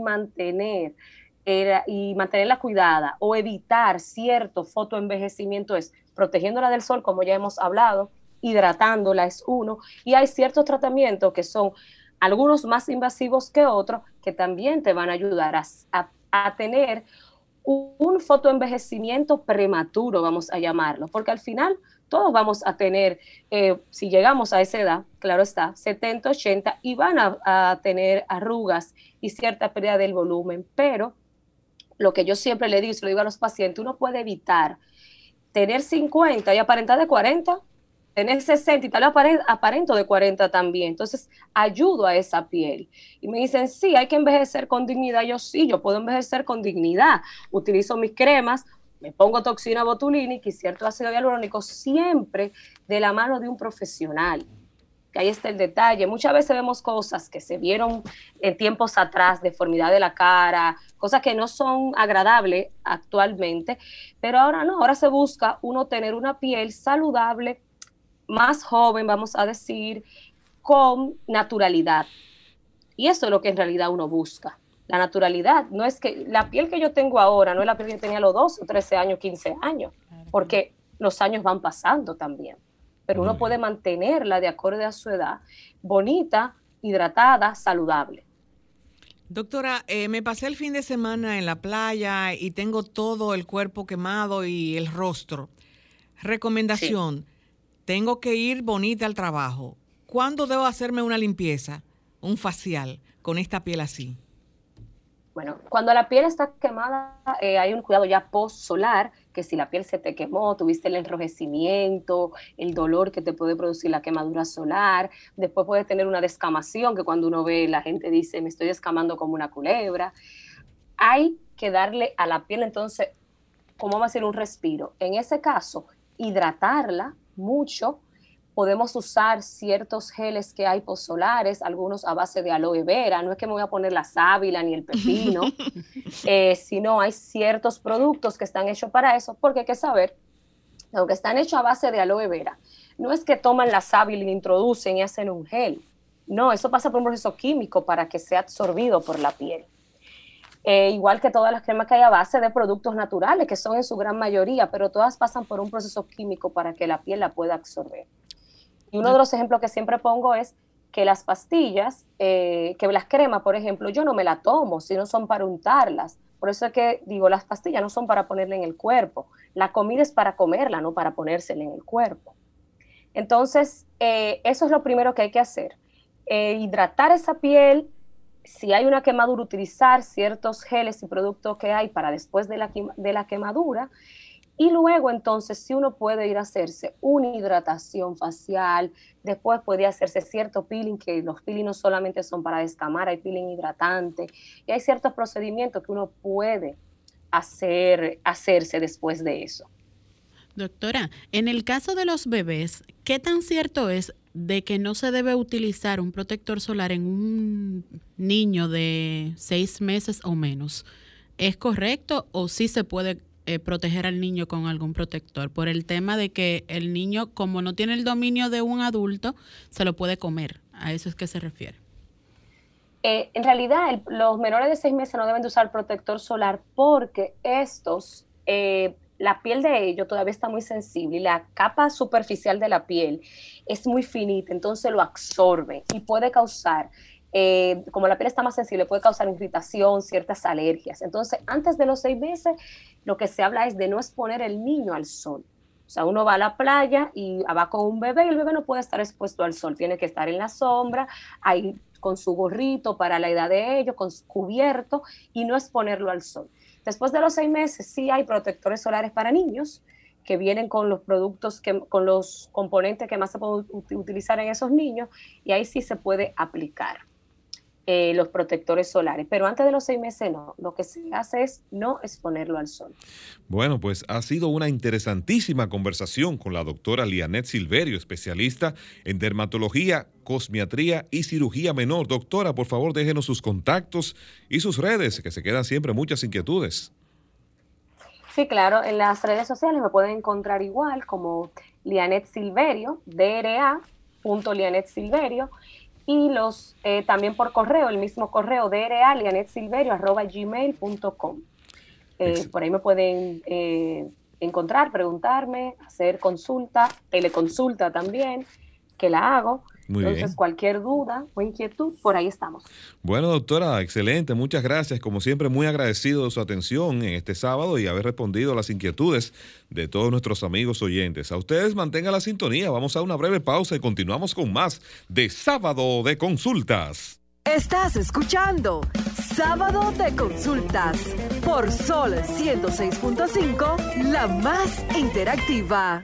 mantenerla cuidada o evitar cierto fotoenvejecimiento es protegiéndola del sol, como ya hemos hablado, hidratándola es uno, y hay ciertos tratamientos que son algunos más invasivos que otros, que también te van a ayudar a tener un fotoenvejecimiento prematuro, vamos a llamarlo, porque al final todos vamos a tener, si llegamos a esa edad, claro está, 70, 80, y van a tener arrugas y cierta pérdida del volumen, pero lo que yo siempre le digo, y se lo digo a los pacientes, uno puede evitar tener 50 y aparentar de 40, tener 60 y tal aparento de 40 también. Entonces, ayudo a esa piel. Y me dicen, sí, hay que envejecer con dignidad. Yo puedo envejecer con dignidad. Utilizo mis cremas, me pongo toxina botulínica y cierto ácido hialurónico, siempre de la mano de un profesional. Que ahí está el detalle. Muchas veces vemos cosas que se vieron en tiempos atrás, deformidad de la cara, cosas que no son agradables actualmente, pero ahora no, ahora se busca uno tener una piel saludable, más joven, vamos a decir, con naturalidad. Y eso es lo que en realidad uno busca. La naturalidad, no es que la piel que yo tengo ahora, no es la piel que yo tenía a los 12, 13 años, 15 años, porque los años van pasando también. Pero uno puede mantenerla de acuerdo a su edad, bonita, hidratada, saludable. Doctora, me pasé el fin de semana en la playa y tengo todo el cuerpo quemado y el rostro. Recomendación, tengo que ir bonita al trabajo. ¿Cuándo debo hacerme una limpieza, un facial con esta piel así? Bueno, cuando la piel está quemada, hay un cuidado ya post-solar, que si la piel se te quemó, tuviste el enrojecimiento, el dolor que te puede producir la quemadura solar, después puedes tener una descamación, que cuando uno ve, la gente dice, me estoy descamando como una culebra. Hay que darle a la piel, entonces, ¿cómo vamos a hacer un respiro? En ese caso, hidratarla mucho. Podemos usar ciertos geles que hay posolares, algunos a base de aloe vera. No es que me voy a poner la sábila ni el pepino, sino hay ciertos productos que están hechos para eso, porque hay que saber, aunque están hechos a base de aloe vera, no es que toman la sábila y la introducen y hacen un gel. No, eso pasa por un proceso químico para que sea absorbido por la piel. Igual que todas las cremas que hay a base de productos naturales, que son en su gran mayoría, pero todas pasan por un proceso químico para que la piel la pueda absorber. Y uno de los ejemplos que siempre pongo es que las pastillas, que las cremas, por ejemplo, yo no me las tomo, sino son para untarlas. Por eso es que digo, las pastillas no son para ponerla en el cuerpo. La comida es para comerla, no para ponérsela en el cuerpo. Entonces, eso es lo primero que hay que hacer. Hidratar esa piel. Si hay una quemadura, utilizar ciertos geles y productos que hay para después de la quemadura. Y luego, entonces, si uno puede ir a hacerse una hidratación facial, después puede hacerse cierto peeling, que los peeling no solamente son para descamar, hay peeling hidratante, y hay ciertos procedimientos que uno puede hacerse después de eso. Doctora, en el caso de los bebés, ¿qué tan cierto es de que no se debe utilizar un protector solar en un niño de 6 meses o menos? ¿Es correcto o sí se puede proteger al niño con algún protector? Por el tema de que el niño, como no tiene el dominio de un adulto, se lo puede comer. ¿A eso es que se refiere? En realidad, los menores de 6 meses no deben de usar protector solar porque estos, la piel de ellos todavía está muy sensible y la capa superficial de la piel es muy finita, entonces lo absorbe y puede causar, como la piel está más sensible, puede causar irritación, ciertas alergias. Entonces, antes de los 6 meses, lo que se habla es de no exponer el niño al sol. O sea, uno va a la playa y va con un bebé y el bebé no puede estar expuesto al sol, tiene que estar en la sombra, ahí con su gorrito para la edad de ellos, con su cubierto y no exponerlo al sol. Después de los 6 meses sí hay protectores solares para niños que vienen con los productos, con los componentes que más se pueden utilizar en esos niños y ahí sí se puede aplicar los protectores solares. Pero antes de los 6 meses no, lo que se hace es no exponerlo al sol. Bueno, pues ha sido una interesantísima conversación con la doctora Lianet Silverio, especialista en dermatología, cosmiatría y cirugía menor. Doctora, por favor, déjenos sus contactos y sus redes, que se quedan siempre muchas inquietudes. Sí, claro, en las redes sociales me pueden encontrar igual como Lianet Silverio, dra.lianetsilverio, y también por correo, el mismo correo, dra.lianetsilverio@gmail.com. Por ahí me pueden encontrar, preguntarme, hacer consulta, teleconsulta también, que la hago. Muy Entonces, bien. cualquier duda o inquietud, por ahí estamos. Bueno, doctora, excelente, muchas gracias. Como siempre, muy agradecido de su atención en este sábado y haber respondido a las inquietudes de todos nuestros amigos oyentes. A ustedes mantengan la sintonía, vamos a una breve pausa y continuamos con más de Sábado de Consultas. Estás escuchando Sábado de Consultas por Sol 106.5, la más interactiva.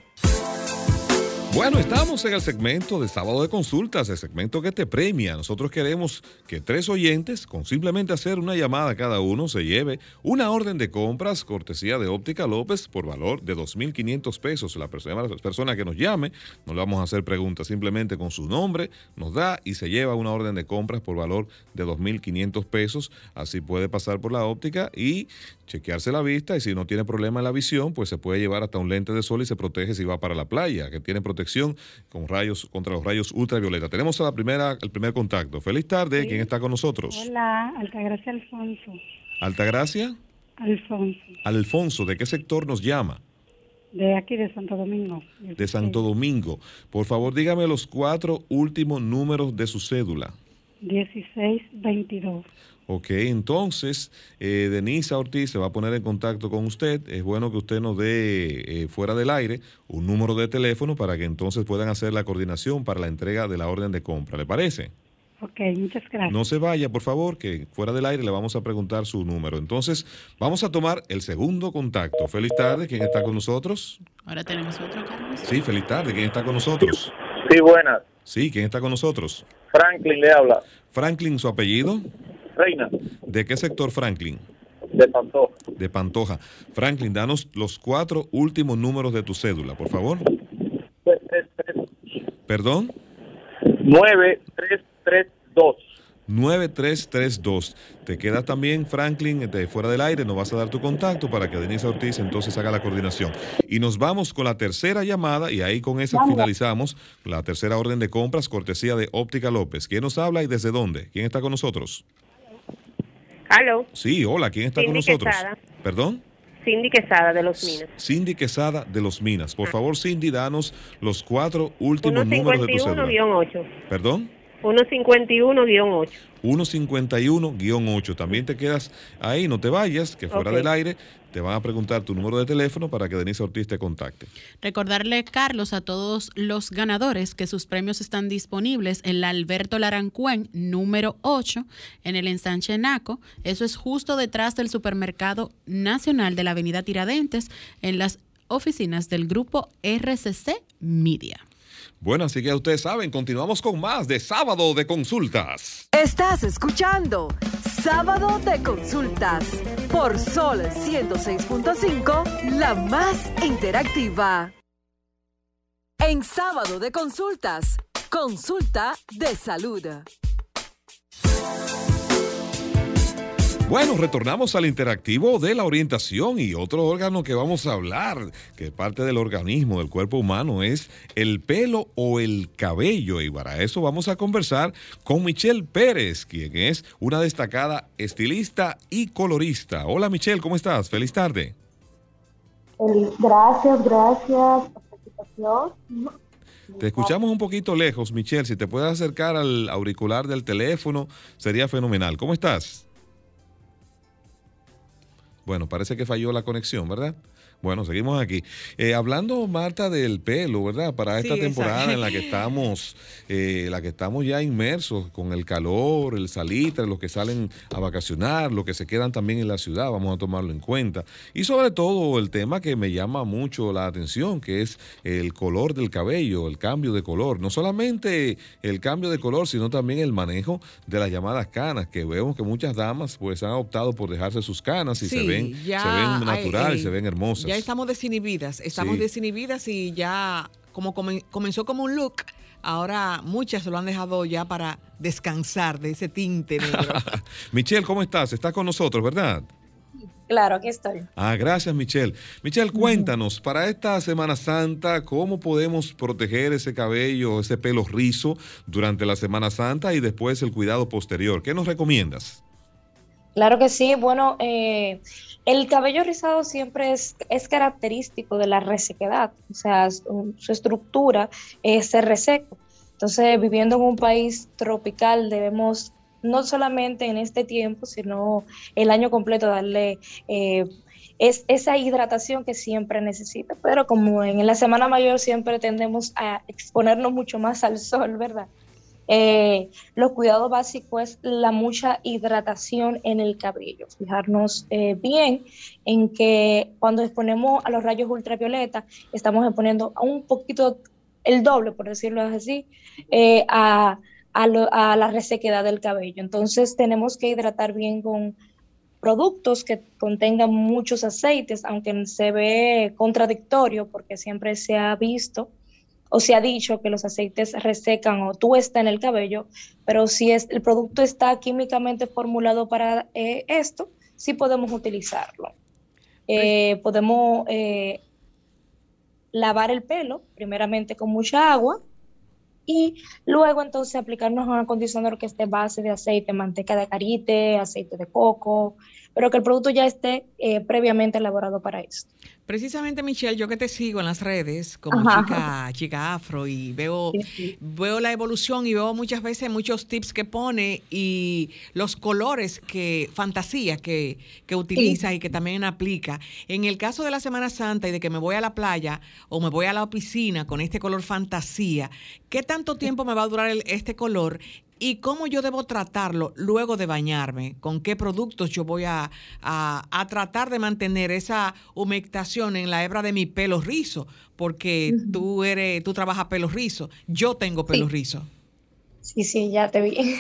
Bueno, estamos en el segmento de Sábado de Consultas, el segmento que te premia. Nosotros queremos que 3 oyentes, con simplemente hacer una llamada cada uno, se lleve una orden de compras cortesía de Óptica López por valor de 2.500 pesos. La persona que nos llame, no le vamos a hacer preguntas, simplemente con su nombre nos da y se lleva una orden de compras por valor de 2.500 pesos. Así puede pasar por la óptica y chequearse la vista, y si no tiene problema en la visión, pues se puede llevar hasta un lente de sol y se protege si va para la playa, que tiene protección protección con rayos contra los rayos ultravioleta. Tenemos a el primer contacto. Feliz tarde, ¿quién está con nosotros? Hola, Altagracia Alfonso. ¿Altagracia? Alfonso. Alfonso, ¿de qué sector nos llama? De aquí, de Santo Domingo. De Santo Domingo. Por favor, dígame los 4 últimos números de su cédula. 1622. Ok, entonces, Denisa Ortiz se va a poner en contacto con usted. Es bueno que usted nos dé fuera del aire un número de teléfono para que entonces puedan hacer la coordinación para la entrega de la orden de compra. ¿Le parece? Ok, muchas gracias. No se vaya, por favor, que fuera del aire le vamos a preguntar su número. Entonces, vamos a tomar el segundo contacto. Feliz tarde, ¿quién está con nosotros? Ahora tenemos otro, Carlos. Sí, feliz tarde, ¿quién está con nosotros? Sí, buenas. Sí, ¿quién está con nosotros? Franklin le habla. Franklin, ¿su apellido? Reina. ¿De qué sector, Franklin? De Pantoja. De Pantoja. Franklin, danos los 4 últimos números de tu cédula, por favor. ¿Perdón? 9332. 9332. Te quedas también, Franklin, de fuera del aire. Nos vas a dar tu contacto para que Denise Ortiz entonces haga la coordinación. Y nos vamos con la tercera llamada y ahí con esa finalizamos la tercera orden de compras, cortesía de Óptica López. ¿Quién nos habla y desde dónde? ¿Quién está con nosotros? ¿Aló? Sí, hola, ¿quién está con nosotros? Quesada. ¿Perdón? Cindy Quesada, de Los Minas. Cindy Quesada, de Los Minas. Por favor, Cindy, danos los 4 últimos números de tu cédula. 151-8. ¿Perdón? 151-8. 151-8. También te quedas ahí, no te vayas, que fuera Ok. del aire te van a preguntar tu número de teléfono para que Denise Ortiz te contacte. Recordarle, Carlos, a todos los ganadores que sus premios están disponibles en la Alberto Larancuén, número 8, en el ensanche Naco. Eso es justo detrás del Supermercado Nacional de la Avenida Tiradentes, en las oficinas del grupo RCC Media. Bueno, así que ustedes saben, continuamos con más de Sábado de Consultas. Estás escuchando Sábado de Consultas por Sol 106.5, la más interactiva. En Sábado de Consultas, consulta de salud. Bueno, retornamos al interactivo de la orientación y otro órgano que vamos a hablar, que parte del organismo del cuerpo humano, es el pelo o el cabello. Y para eso vamos a conversar con Michelle Pérez, quien es una destacada estilista y colorista. Hola Michelle, ¿cómo estás? Feliz tarde. Gracias por la participación. Te escuchamos un poquito lejos, Michelle. Si te puedes acercar al auricular del teléfono, sería fenomenal. ¿Cómo estás? Bueno, parece que falló la conexión, ¿verdad? Bueno, seguimos aquí. Hablando, Marta, del pelo, ¿verdad? Para esta temporada en la que estamos ya inmersos con el calor, el salitre, los que salen a vacacionar, los que se quedan también en la ciudad, vamos a tomarlo en cuenta. Y sobre todo el tema que me llama mucho la atención, que es el color del cabello, el cambio de color. No solamente el cambio de color, sino también el manejo de las llamadas canas, que vemos que muchas damas pues han optado por dejarse sus canas y se ven naturales, se ven hermosas. Ya estamos desinhibidas, y ya como comenzó como un look, ahora muchas lo han dejado ya para descansar de ese tinte negro. Michelle, ¿cómo estás? Estás con nosotros, ¿verdad? Claro, aquí estoy. Gracias, Michelle. Michelle, cuéntanos, para esta Semana Santa, ¿cómo podemos proteger ese cabello, ese pelo rizo durante la Semana Santa y después el cuidado posterior? ¿Qué nos recomiendas? Claro que sí. Bueno, el cabello rizado siempre es característico de la resequedad, o sea, su estructura es ser reseco. Entonces, viviendo en un país tropical, debemos no solamente en este tiempo, sino el año completo darle esa hidratación que siempre necesita. Pero como en la Semana Mayor siempre tendemos a exponernos mucho más al sol, ¿verdad? Los cuidados básicos es la mucha hidratación en el cabello, fijarnos bien en que cuando exponemos a los rayos ultravioleta estamos exponiendo a un poquito, el doble, por decirlo así, a la resequedad del cabello. Entonces tenemos que hidratar bien con productos que contengan muchos aceites, aunque se ve contradictorio porque siempre se ha visto o se ha dicho que los aceites resecan o tuestan el cabello, pero si el producto está químicamente formulado para esto, sí podemos utilizarlo. Podemos lavar el pelo, primeramente con mucha agua, y luego entonces aplicarnos un acondicionador que esté base de aceite, manteca de acarite, aceite de coco, pero que el producto ya esté previamente elaborado para esto. Precisamente, Michelle, yo que te sigo en las redes como chica afro y veo la evolución y veo muchas veces muchos tips que pone y los colores fantasía que utiliza y que también aplica. En el caso de la Semana Santa y de que me voy a la playa o me voy a la piscina con este color fantasía, ¿qué tanto tiempo me va a durar este color? ¿Y cómo yo debo tratarlo luego de bañarme? ¿Con qué productos yo voy a tratar de mantener esa humectación en la hebra de mi pelo rizo? Porque tú trabajas pelo rizo, yo tengo pelo rizo. Sí, ya te vi.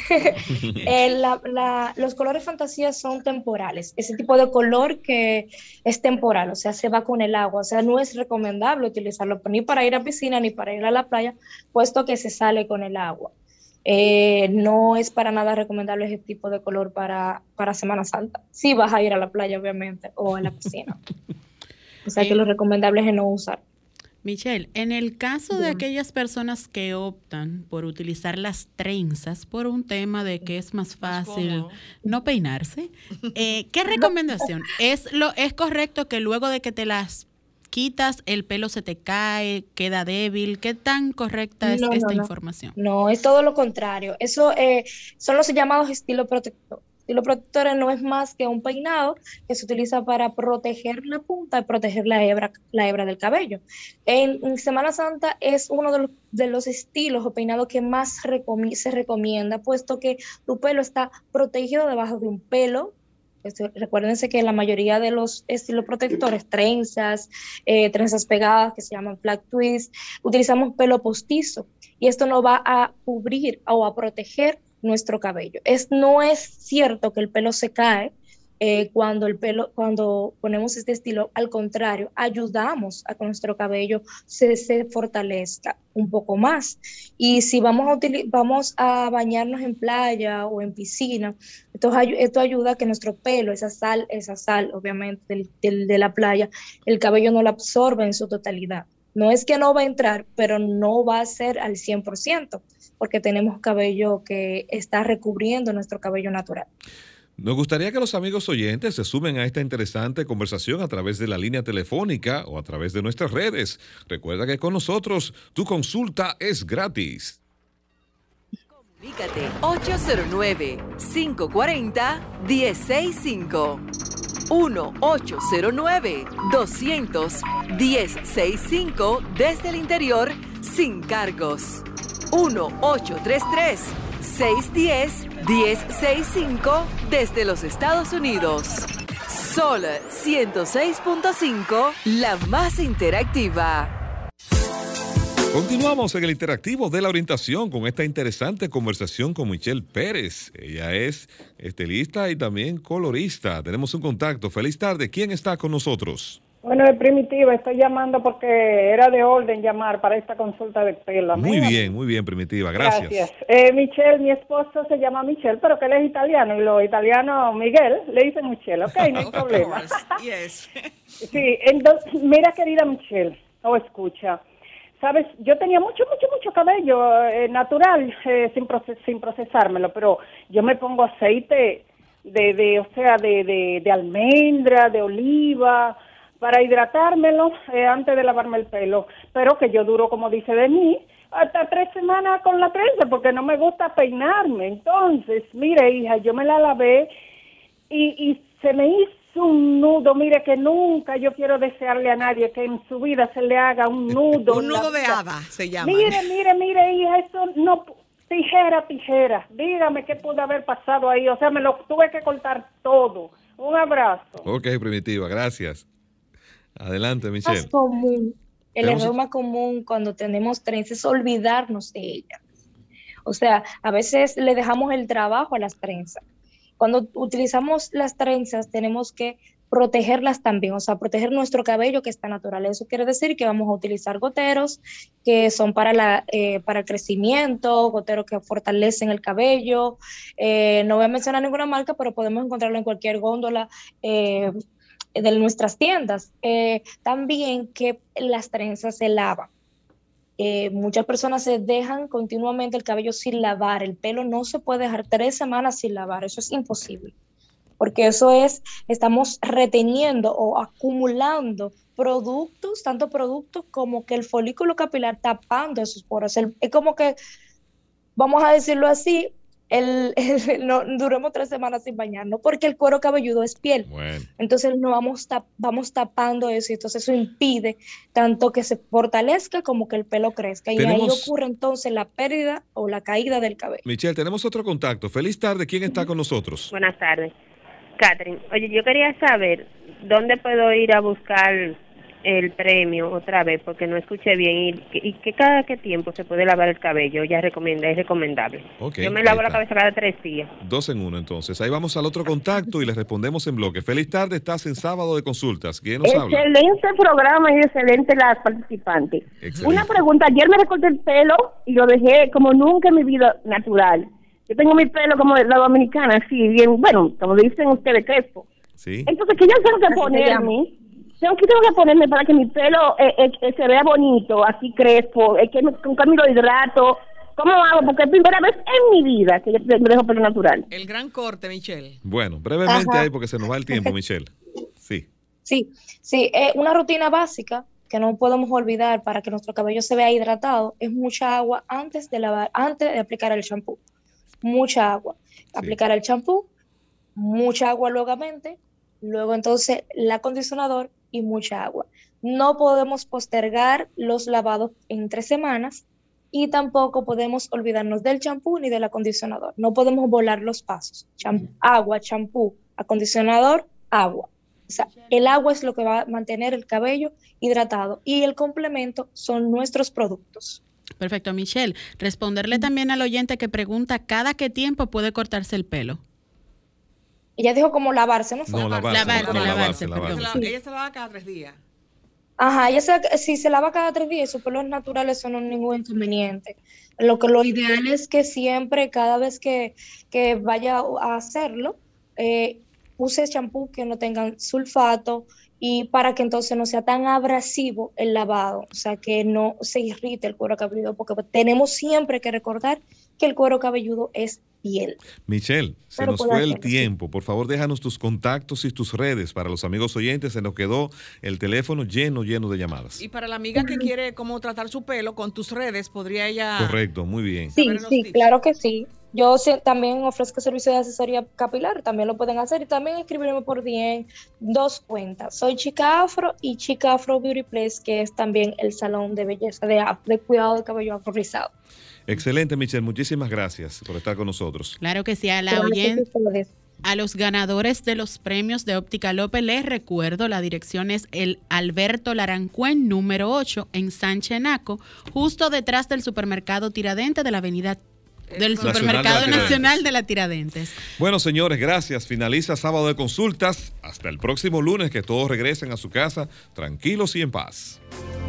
Los colores fantasía son temporales. Ese tipo de color que es temporal, o sea, se va con el agua. O sea, no es recomendable utilizarlo ni para ir a piscina ni para ir a la playa, puesto que se sale con el agua. No es para nada recomendable ese tipo de color para Semana Santa. Si vas a ir a la playa, obviamente, o a la piscina. O sea que lo recomendable es no usar. Michelle, en el caso de aquellas personas que optan por utilizar las trenzas por un tema de que es más fácil no peinarse, ¿qué recomendación? ¿Es correcto que luego de que te las quitas, el pelo se te cae, queda débil? ¿Qué tan correcta es esta información? No, es todo lo contrario. Eso son los llamados estilo protector. Estilo protector no es más que un peinado que se utiliza para proteger la punta y proteger la hebra del cabello. En Semana Santa es uno de los estilos o peinados que más se recomienda, puesto que tu pelo está protegido debajo de un pelo. Recuérdense que la mayoría de los estilos protectores, trenzas pegadas que se llaman flat twist, utilizamos pelo postizo y esto no va a cubrir o a proteger nuestro cabello. No es cierto que el pelo se cae cuando ponemos este estilo. Al contrario, ayudamos a que nuestro cabello se fortalezca un poco más. Y si vamos a bañarnos en playa o en piscina, esto ayuda a que nuestro pelo, esa sal obviamente de la playa, el cabello no la absorbe en su totalidad. No es que no va a entrar, pero no va a ser al 100%, porque tenemos cabello que está recubriendo nuestro cabello natural. Nos gustaría que los amigos oyentes se sumen a esta interesante conversación a través de la línea telefónica o a través de nuestras redes. Recuerda que con nosotros tu consulta es gratis. Comunícate 809-540-1065. 1-809-200-1065 desde el interior sin cargos. 1-833-610-1065 desde los Estados Unidos. Sol 106.5, la más interactiva. Continuamos en el interactivo de la orientación con esta interesante conversación con Michelle Pérez. Ella es estilista y también colorista. Tenemos un contacto. Feliz tarde. ¿Quién está con nosotros? Bueno, es Primitiva. Estoy llamando porque era de orden llamar para esta consulta de pelo. Muy bien, Primitiva. Gracias. Michelle, mi esposo se llama Michelle, pero que él es italiano y los italianos, Miguel, le dicen Michelle. Ok, no hay problema. Yes. Sí, entonces, mira, querida Michelle, escucha. Sabes, yo tenía mucho cabello natural sin procesármelo, pero yo me pongo aceite de almendra, de oliva, para hidratármelo antes de lavarme el pelo, pero que yo duro, como dice de mí, hasta 3 semanas con la trenza, porque no me gusta peinarme. Entonces, mire, hija, yo me la lavé y se me hizo un nudo, mire, que nunca yo quiero desearle a nadie que en su vida se le haga un nudo. Un nudo de hada se llama. Mire, hija, eso no... Tijera, dígame qué pudo haber pasado ahí, o sea, me lo tuve que cortar todo. Un abrazo. Ok, Primitiva, gracias. Adelante, Michelle. El error más común cuando tenemos trenzas es olvidarnos de ellas. O sea, a veces le dejamos el trabajo a las trenzas. Cuando utilizamos las trenzas tenemos que protegerlas también, o sea, proteger nuestro cabello que está natural. Eso quiere decir que vamos a utilizar goteros que son para el crecimiento, goteros que fortalecen el cabello. No voy a mencionar ninguna marca, pero podemos encontrarlo en cualquier góndola de nuestras tiendas. También que las trenzas se lavan. Muchas personas se dejan continuamente el cabello sin lavar. El pelo no se puede dejar 3 semanas sin lavar. Eso es imposible. Porque estamos reteniendo o acumulando productos, tanto productos como que el folículo capilar tapando esos poros. Es como que, vamos a decirlo así, no duremos 3 semanas sin bañarnos, porque el cuero cabelludo es piel. Bueno. Entonces no vamos tapando eso, y entonces eso impide tanto que se fortalezca como que el pelo crezca. Y ahí ocurre entonces la pérdida o la caída del cabello. Michelle, tenemos otro contacto. Feliz tarde. ¿Quién está con nosotros? Buenas tardes. Catherine, oye, yo quería saber dónde puedo ir a buscar el premio otra vez, porque no escuché bien, y que cada qué tiempo se puede lavar el cabello, es recomendable. Okay, yo me lavo la cabeza cada 3 días. 2 en 1, entonces. Ahí vamos al otro contacto y les respondemos en bloque. Feliz tarde, estás en Sábado de Consultas. ¿Quién nos habla? Excelente programa y excelente las participantes. Excelente. Una pregunta, ayer me recorté el pelo y lo dejé como nunca en mi vida natural. Yo tengo mi pelo como de la dominicana, así, bien, bueno, como dicen ustedes, crespo. Sí. Entonces, ¿qué yo tengo que ponerme? Tengo que ponerme para que mi pelo se vea bonito, así crespo, con cambio de hidrato. ¿Cómo hago? Porque es primera vez en mi vida que yo me dejo pelo natural. El gran corte, Michelle. Bueno, brevemente ahí porque se nos va el tiempo, Michelle. Sí. Sí, una rutina básica que no podemos olvidar para que nuestro cabello se vea hidratado es mucha agua antes de aplicar el champú. Mucha agua. Aplicar el champú, mucha agua luego entonces el acondicionador y mucha agua. No podemos postergar los lavados en 3 semanas y tampoco podemos olvidarnos del champú ni del acondicionador. No podemos volar los pasos. Agua, champú, acondicionador, agua. O sea, el agua es lo que va a mantener el cabello hidratado y el complemento son nuestros productos. Perfecto, Michelle. Responderle también al oyente que pregunta cada qué tiempo puede cortarse el pelo. Ella dijo como lavarse, ¿no? No, lavarse. Ella se lava cada 3 días. Ajá, si se lava cada 3 días y su pelo es natural, eso no es ningún inconveniente. Lo ideal es que siempre, cada vez que vaya a hacerlo, use champú que no tengan sulfato y para que entonces no sea tan abrasivo el lavado, o sea, que no se irrite el cuero cabelludo, porque tenemos siempre que recordar que el cuero cabelludo es piel. Michelle, se nos fue el tiempo. Por favor, déjanos tus contactos y tus redes para los amigos oyentes. Se nos quedó el teléfono lleno de llamadas. Y para la amiga que quiere cómo tratar su pelo, con tus redes podría ella... Correcto, muy bien. Sí, claro que sí. Yo también ofrezco servicio de asesoría capilar, también lo pueden hacer y también escribirme por DM 2 cuentas. Soy Chica Afro y Chica Afro Beauty Place, que es también el salón de belleza de cuidado del cabello afro rizado. Excelente, Michelle. Muchísimas gracias por estar con nosotros. Claro que sí, a la oyente. A los ganadores de los premios de Óptica López les recuerdo, la dirección es el Alberto Larancuén, número 8, en Sánchez Naco, justo detrás del supermercado Tiradentes de la avenida del Supermercado Nacional de la Tiradentes. Bueno, señores, gracias. Finaliza Sábado de Consultas. Hasta el próximo lunes, que todos regresen a su casa tranquilos y en paz.